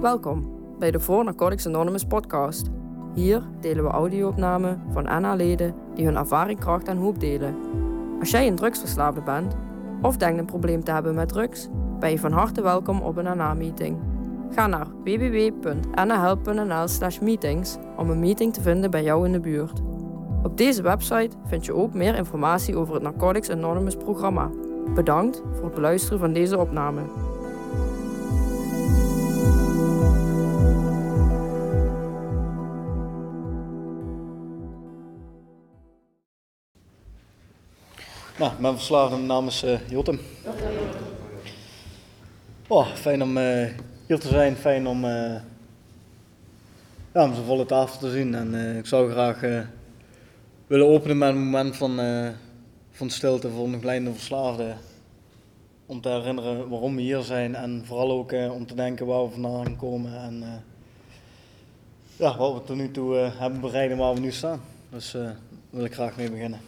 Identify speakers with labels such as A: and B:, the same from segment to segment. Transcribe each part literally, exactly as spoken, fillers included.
A: Welkom bij de For Narcotics Anonymous podcast. Hier delen we audio-opnamen van N A-leden die hun ervaring, kracht en hoop delen. Als jij een drugsverslaafde bent of denkt een probleem te hebben met drugs, ben je van harte welkom op een N A-meeting. Ga naar w w w punt n a help punt n l slash meetings om een meeting te vinden bij jou in de buurt. Op deze website vind je ook meer informatie over het Narcotics Anonymous programma. Bedankt voor het beluisteren van deze opname.
B: Nou, ik ben verslaafd en mijn naam is uh, Jotem. Oh, fijn om uh, hier te zijn, fijn om, uh, ja, om zo'n volle tafel te zien. En uh, ik zou graag uh, willen openen met een moment van, uh, van stilte voor een kleine verslaafde. Om te herinneren waarom we hier zijn en vooral ook uh, om te denken waar we vandaan komen. En uh, ja, wat we tot nu toe uh, hebben bereikt en waar we nu staan. Dus uh, daar wil ik graag mee beginnen.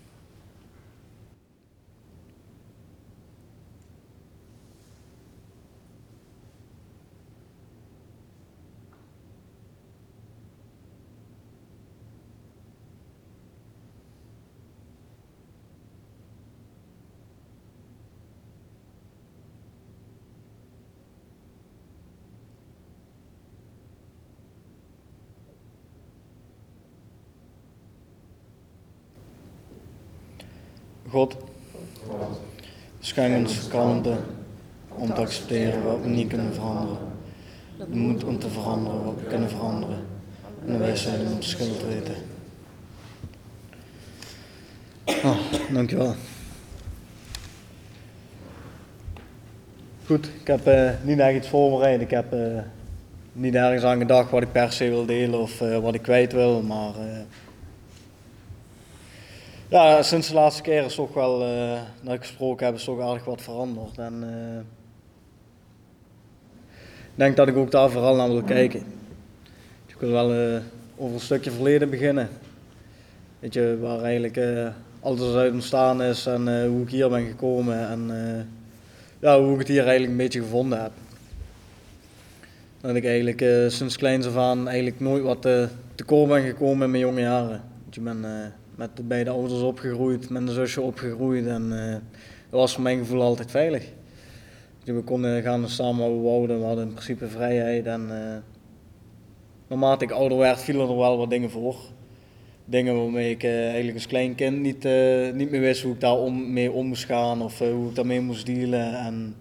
B: God, schenk ons kalmte om te accepteren wat we niet kunnen veranderen. De moed om te veranderen wat we kunnen veranderen. En de wijsheid om het verschil te weten. Oh, dankjewel. Goed, ik heb uh, niet echt iets voorbereid. Ik heb uh, niet ergens aan gedacht wat ik per se wil delen of uh, wat ik kwijt wil, maar... Uh, Ja, sinds de laatste keer is toch wel, uh, dat ik gesproken heb, is toch aardig wat veranderd. En uh, ik denk dat ik ook daar vooral naar wil kijken. Ik wil wel uh, over een stukje verleden beginnen. Weet je, waar eigenlijk uh, alles uit ontstaan is en uh, hoe ik hier ben gekomen en uh, ja, hoe ik het hier eigenlijk een beetje gevonden heb. Dat ik eigenlijk uh, sinds kleins af aan eigenlijk nooit wat uh, tekort ben gekomen in mijn jonge jaren. Want je bent... Uh, met de beide ouders opgegroeid, met een zusje opgegroeid en uh, dat was voor mijn gevoel altijd veilig. Dus we konden gaan staan waar we wouden, we hadden in principe vrijheid en uh, naarmate ik ouder werd vielen er wel wat dingen voor. Dingen waarmee ik uh, eigenlijk als klein kind niet, uh, niet meer wist hoe ik daar om, mee om moest gaan of uh, hoe ik daarmee moest dealen. En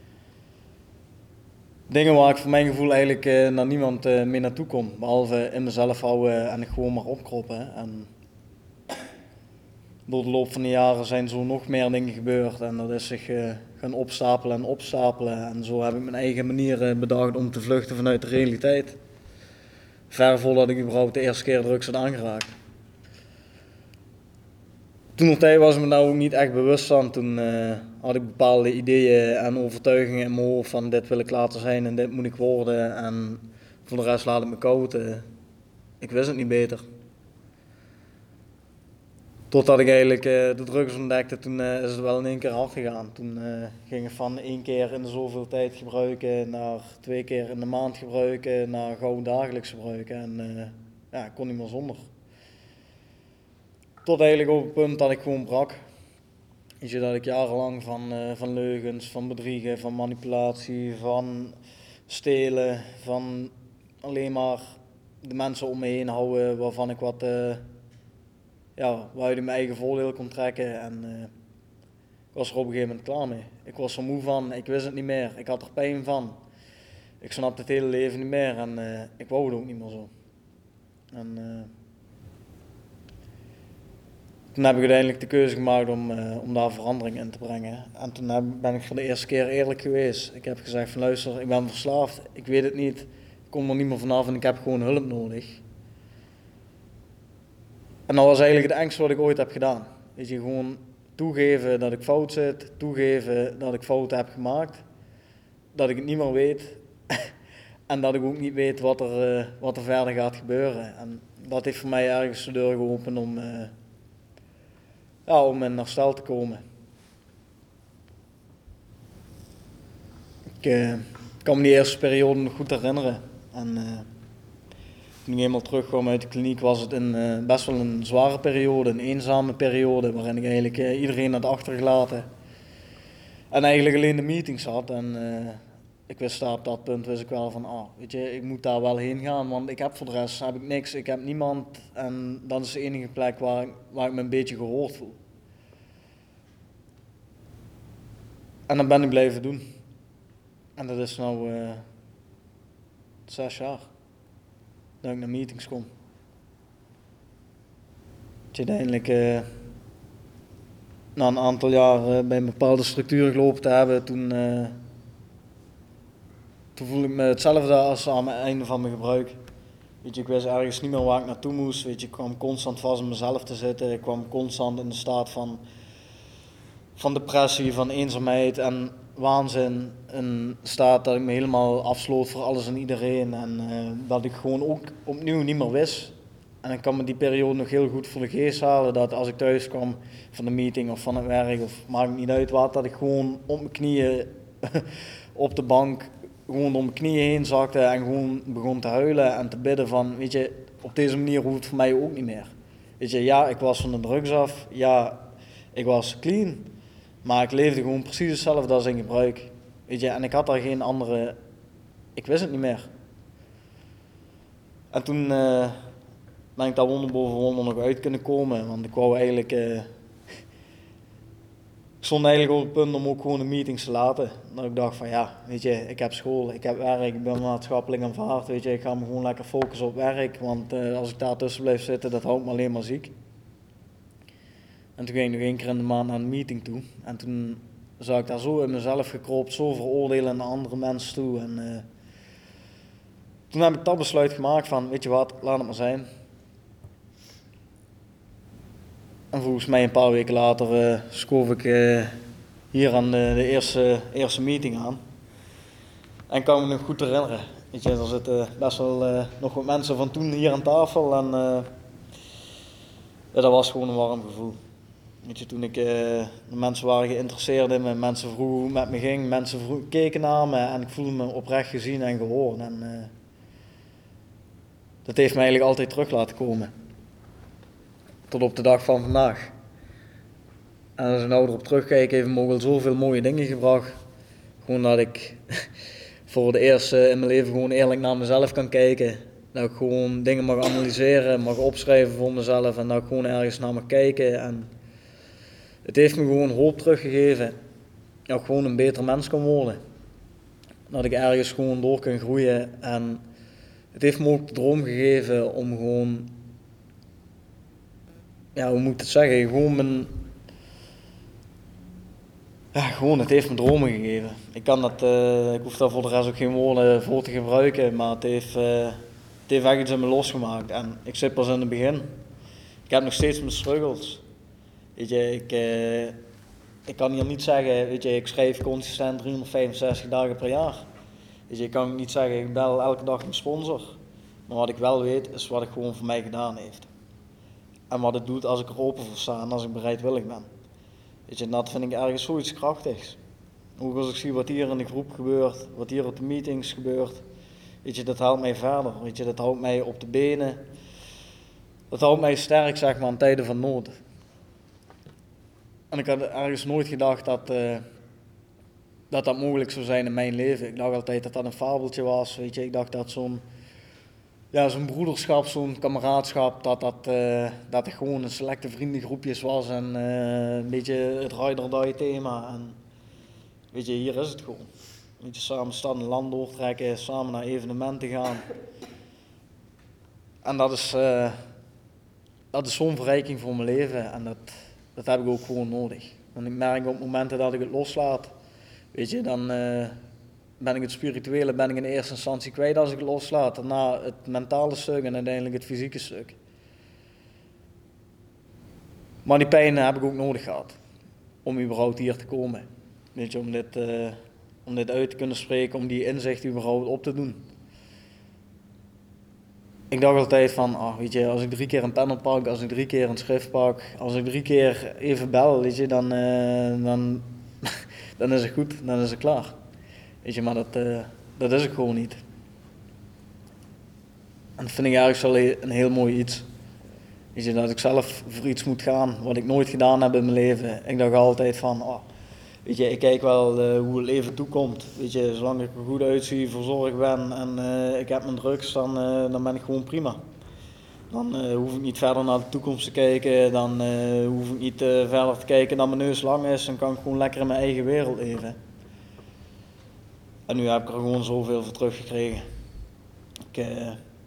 B: dingen waar ik voor mijn gevoel eigenlijk uh, naar niemand uh, mee naartoe kon, behalve in mezelf houden en gewoon maar opkroppen. En door de loop van de jaren zijn zo nog meer dingen gebeurd en dat is zich uh, gaan opstapelen en opstapelen. En zo heb ik mijn eigen manier uh, bedacht om te vluchten vanuit de realiteit. Ver voordat ik überhaupt de eerste keer drugs had aangeraakt. Toen nog tijd was ik me nou ook niet echt bewust van. Toen uh, had ik bepaalde ideeën en overtuigingen in mijn hoofd van dit wil ik later zijn en dit moet ik worden. En voor de rest laat ik me koud. Uh, ik wist het niet beter. Totdat ik eigenlijk uh, de drugs ontdekte, toen uh, is het wel in één keer hard gegaan. Toen uh, ging het van één keer in de zoveel tijd gebruiken naar twee keer in de maand gebruiken, naar gauw dagelijks gebruiken. En uh, ja, ik kon niet meer zonder. Tot eigenlijk op het punt dat ik gewoon brak. Weet je, dat ik jarenlang van, uh, van leugens, van bedriegen, van manipulatie, van stelen, van alleen maar de mensen om me heen houden waarvan ik wat... Uh, Ja, waar je mijn eigen voordeel kon trekken en uh, ik was er op een gegeven moment klaar mee. Ik was er moe van, ik wist het niet meer, ik had er pijn van. Ik snapte het hele leven niet meer en uh, ik wou het ook niet meer zo. En, uh, toen heb ik uiteindelijk de keuze gemaakt om, uh, om daar verandering in te brengen. En toen heb, ben ik voor de eerste keer eerlijk geweest. Ik heb gezegd van luister, ik ben verslaafd, ik weet het niet, ik kom er niet meer vanaf en ik heb gewoon hulp nodig. En dat was eigenlijk het engste wat ik ooit heb gedaan. Weet je, gewoon toegeven dat ik fout zit, toegeven dat ik fouten heb gemaakt, dat ik het niet meer weet en dat ik ook niet weet wat er, uh, wat er verder gaat gebeuren. En dat heeft voor mij ergens de deur geopend om, uh, ja, om in herstel te komen. Ik, uh, ik kan me die eerste periode nog goed herinneren. En, uh, toen ik eenmaal terugkwam uit de kliniek was het een, uh, best wel een zware periode, een eenzame periode, waarin ik eigenlijk uh, iedereen had achtergelaten. En eigenlijk alleen de meetings had. En uh, ik wist daar op dat punt wist ik wel van, ah, weet je, ik moet daar wel heen gaan, want ik heb voor de rest heb ik niks, ik heb niemand. En dat is de enige plek waar, waar ik me een beetje gehoord voel. En dat ben ik blijven doen. En dat is nou uh, zes jaar dat ik naar meetings kom. Dat je uiteindelijk uh, na een aantal jaar uh, bij een bepaalde structuur gelopen te hebben, toen, uh, toen voelde ik me hetzelfde als aan het einde van mijn gebruik. Weet je, ik wist ergens niet meer waar ik naartoe moest. Weet je, ik kwam constant vast in mezelf te zitten. Ik kwam constant in de staat van, van depressie, van eenzaamheid en waanzin. Een staat dat ik me helemaal afsloot voor alles en iedereen. En uh, dat ik gewoon ook opnieuw niet meer wist. En ik kan me die periode nog heel goed voor de geest halen. Dat als ik thuis kwam van de meeting of van het werk, of maakt niet uit wat, dat ik gewoon op mijn knieën op de bank gewoon door mijn knieën heen zakte en gewoon begon te huilen en te bidden van, weet je, op deze manier hoeft het voor mij ook niet meer. Weet je, ja, ik was van de drugs af, ja, ik was clean, maar ik leefde gewoon precies hetzelfde als in gebruik. Weet je, en ik had daar geen andere, ik wist het niet meer. En toen uh, ben ik daar wonder boven wonder nog uit kunnen komen, want ik wou eigenlijk... Uh, Ik stond eigenlijk op het punt om ook gewoon de meetings te laten. Dat ik dacht van ja, weet je, ik heb school, ik heb werk, ik ben maatschappelijk aanvaard, weet je, ik ga me gewoon lekker focussen op werk, want uh, als ik daar tussen blijf zitten, dat houdt me alleen maar ziek. En toen ging ik nog één keer in de maand naar een meeting toe. En toen zag ik daar zo in mezelf gekropt, zo veroordelen naar andere mensen toe. En uh, toen heb ik dat besluit gemaakt van, weet je wat, laat het maar zijn. En volgens mij een paar weken later uh, schoof ik uh, hier aan de, de eerste, eerste meeting aan. En ik kan me nog goed herinneren. Weet je, er zitten best wel uh, nog wat mensen van toen hier aan tafel. En uh, ja, dat was gewoon een warm gevoel. Weet je, toen ik, uh, de mensen waren geïnteresseerd in me, mensen vroegen hoe het met me ging, mensen vroeg, keken naar me en ik voelde me oprecht gezien en gehoord. En uh, dat heeft me eigenlijk altijd terug laten komen. Tot op de dag van vandaag. En als ik nou erop terugkijk, heeft me ook al zoveel mooie dingen gebracht. Gewoon dat ik voor de eerste in mijn leven gewoon eerlijk naar mezelf kan kijken. Dat ik gewoon dingen mag analyseren, mag opschrijven voor mezelf en dat ik gewoon ergens naar mag kijken. En het heeft me gewoon hoop teruggegeven. Dat ik gewoon een beter mens kan worden. Dat ik ergens gewoon door kan groeien. En het heeft me ook de droom gegeven om gewoon... Ja, hoe moet ik het zeggen? Gewoon mijn... Ja, gewoon, het heeft me dromen gegeven. Ik kan dat, uh, ik hoef daar voor de rest ook geen woorden voor te gebruiken, maar het heeft, uh, het heeft echt iets in me losgemaakt. En ik zit pas in het begin. Ik heb nog steeds mijn struggles. Weet je, ik, uh, ik kan hier niet zeggen, weet je, ik schrijf consistent driehonderdvijfenzestig dagen per jaar. Weet je, ik kan niet zeggen, ik bel elke dag mijn sponsor. Maar wat ik wel weet, is wat ik gewoon voor mij gedaan heeft. En wat het doet als ik er open voor sta en als ik bereidwillig ben. Weet je, dat vind ik ergens zoiets krachtigs. Ook als ik zie wat hier in de groep gebeurt, wat hier op de meetings gebeurt. Weet je, dat houdt mij verder. Weet je, dat houdt mij op de benen. Dat houdt mij sterk, zeg maar, in tijden van nood. En ik had ergens nooit gedacht dat, uh, dat dat mogelijk zou zijn in mijn leven. Ik dacht altijd dat dat een fabeltje was. Weet je, ik dacht dat zo'n... Ja, zo'n broederschap, zo'n kameraadschap, dat dat, uh, dat het gewoon een selecte vriendengroepjes was en uh, een beetje het ride or die thema. En weet je, hier is het gewoon. Weet je, samen stad en land doortrekken, samen naar evenementen gaan. En dat is, uh, dat is zo'n verrijking voor mijn leven en dat, dat heb ik ook gewoon nodig. En ik merk op momenten dat ik het loslaat, weet je, dan... Uh, ben ik het spirituele ben ik in eerste instantie kwijt als ik het loslaat. Daarna het mentale stuk en uiteindelijk het fysieke stuk. Maar die pijn heb ik ook nodig gehad. Om überhaupt hier te komen. Weet je, om dit, uh, om dit uit te kunnen spreken, om die inzicht überhaupt op te doen. Ik dacht altijd van, ah, weet je, als ik drie keer een pen pak, als ik drie keer een schrift pak, als ik drie keer even bel, weet je, dan, uh, dan, dan is het goed, dan is het klaar. Weet je, maar dat, uh, dat is ik gewoon niet. En dat vind ik eigenlijk wel een heel mooi iets. Weet je, dat ik zelf voor iets moet gaan wat ik nooit gedaan heb in mijn leven. Ik dacht altijd van, oh, weet je, ik kijk wel uh, hoe het leven toekomt. Weet je, zolang ik er goed uitzie, verzorgd ben en uh, ik heb mijn drugs, dan, uh, dan ben ik gewoon prima. Dan uh, hoef ik niet verder naar de toekomst te kijken, dan uh, hoef ik niet uh, verder te kijken dan mijn neus lang is. Dan kan ik gewoon lekker in mijn eigen wereld leven. En nu heb ik er gewoon zoveel voor teruggekregen. Ik, uh,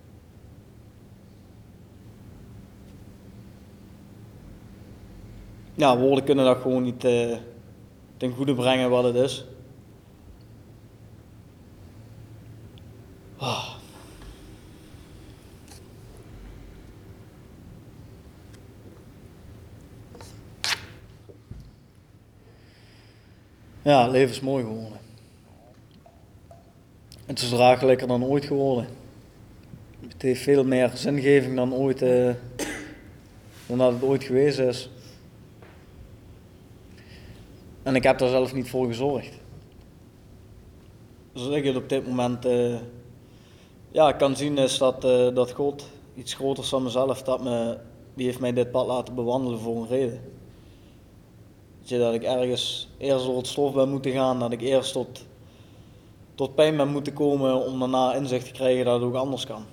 B: ja, woorden kunnen dat gewoon niet uh, ten goede brengen wat het is. Oh. Ja, het leven is mooi geworden. Het is draaglijker dan ooit geworden. Het heeft veel meer zingeving dan ooit, uh, dan dat het ooit geweest is. En ik heb daar zelf niet voor gezorgd. Zoals ik het op dit moment uh, ja, kan zien is dat, uh, dat God, iets groters dan mezelf, dat me, die heeft mij dit pad laten bewandelen voor een reden. Weet je, dat ik ergens eerst door het stof ben moeten gaan, dat ik eerst tot, tot pijn ben moeten komen om daarna inzicht te krijgen dat het ook anders kan.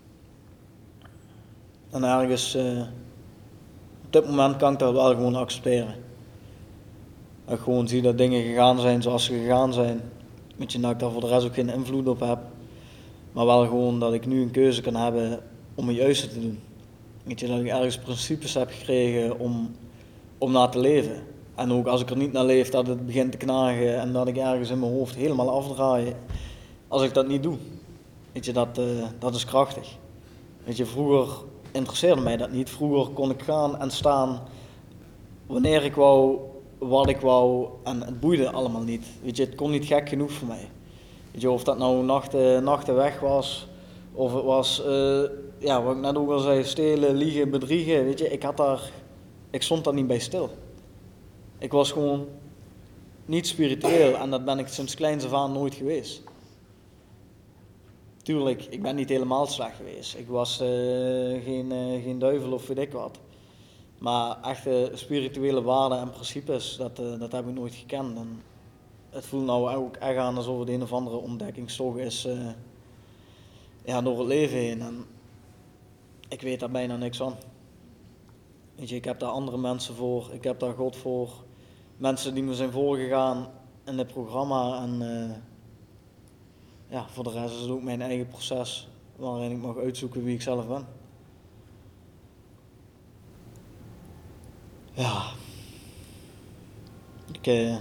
B: En ergens, uh, op dit moment kan ik dat wel gewoon accepteren. Dat ik gewoon zie dat dingen gegaan zijn zoals ze gegaan zijn. Weet je, dat ik daar voor de rest ook geen invloed op heb. Maar wel gewoon dat ik nu een keuze kan hebben om het juiste te doen. Weet je, dat ik ergens principes heb gekregen om, om naar te leven. En ook als ik er niet naar leef, dat het begint te knagen en dat ik ergens in mijn hoofd helemaal afdraai als ik dat niet doe. Weet je, dat, uh, dat is krachtig. Weet je, vroeger interesseerde mij dat niet. Vroeger kon ik gaan en staan wanneer ik wou, wat ik wou en het boeide allemaal niet. Weet je, het kon niet gek genoeg voor mij. Weet je, of dat nou nachten, nachten weg was, of het was, uh, ja, wat ik net ook al zei, stelen, liegen, bedriegen. Weet je, ik had daar, ik stond daar niet bij stil. Ik was gewoon niet spiritueel en dat ben ik sinds kleins af aan nooit geweest. Tuurlijk, ik ben niet helemaal slecht geweest. Ik was uh, geen, uh, geen duivel of weet ik wat. Maar echte spirituele waarden en principes, dat, uh, dat heb ik nooit gekend. En het voelt nou ook echt aan alsof het een of andere ontdekkingstocht is uh, ja, door het leven heen. En ik weet daar bijna niks van. Weet je, ik heb daar andere mensen voor, ik heb daar God voor. Mensen die me zijn voorgegaan in dit programma. En uh, ja, voor de rest is het ook mijn eigen proces waarin ik mag uitzoeken wie ik zelf ben. Ja. Ik... Uh,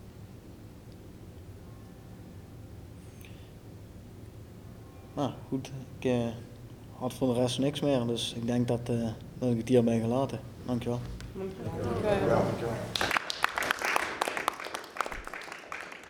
B: nou, goed. Ik uh, had voor de rest niks meer, dus ik denk dat, uh, dat ik het hierbij gelaten. Dankjewel.
C: Dankjewel. Dankjewel. Dankjewel.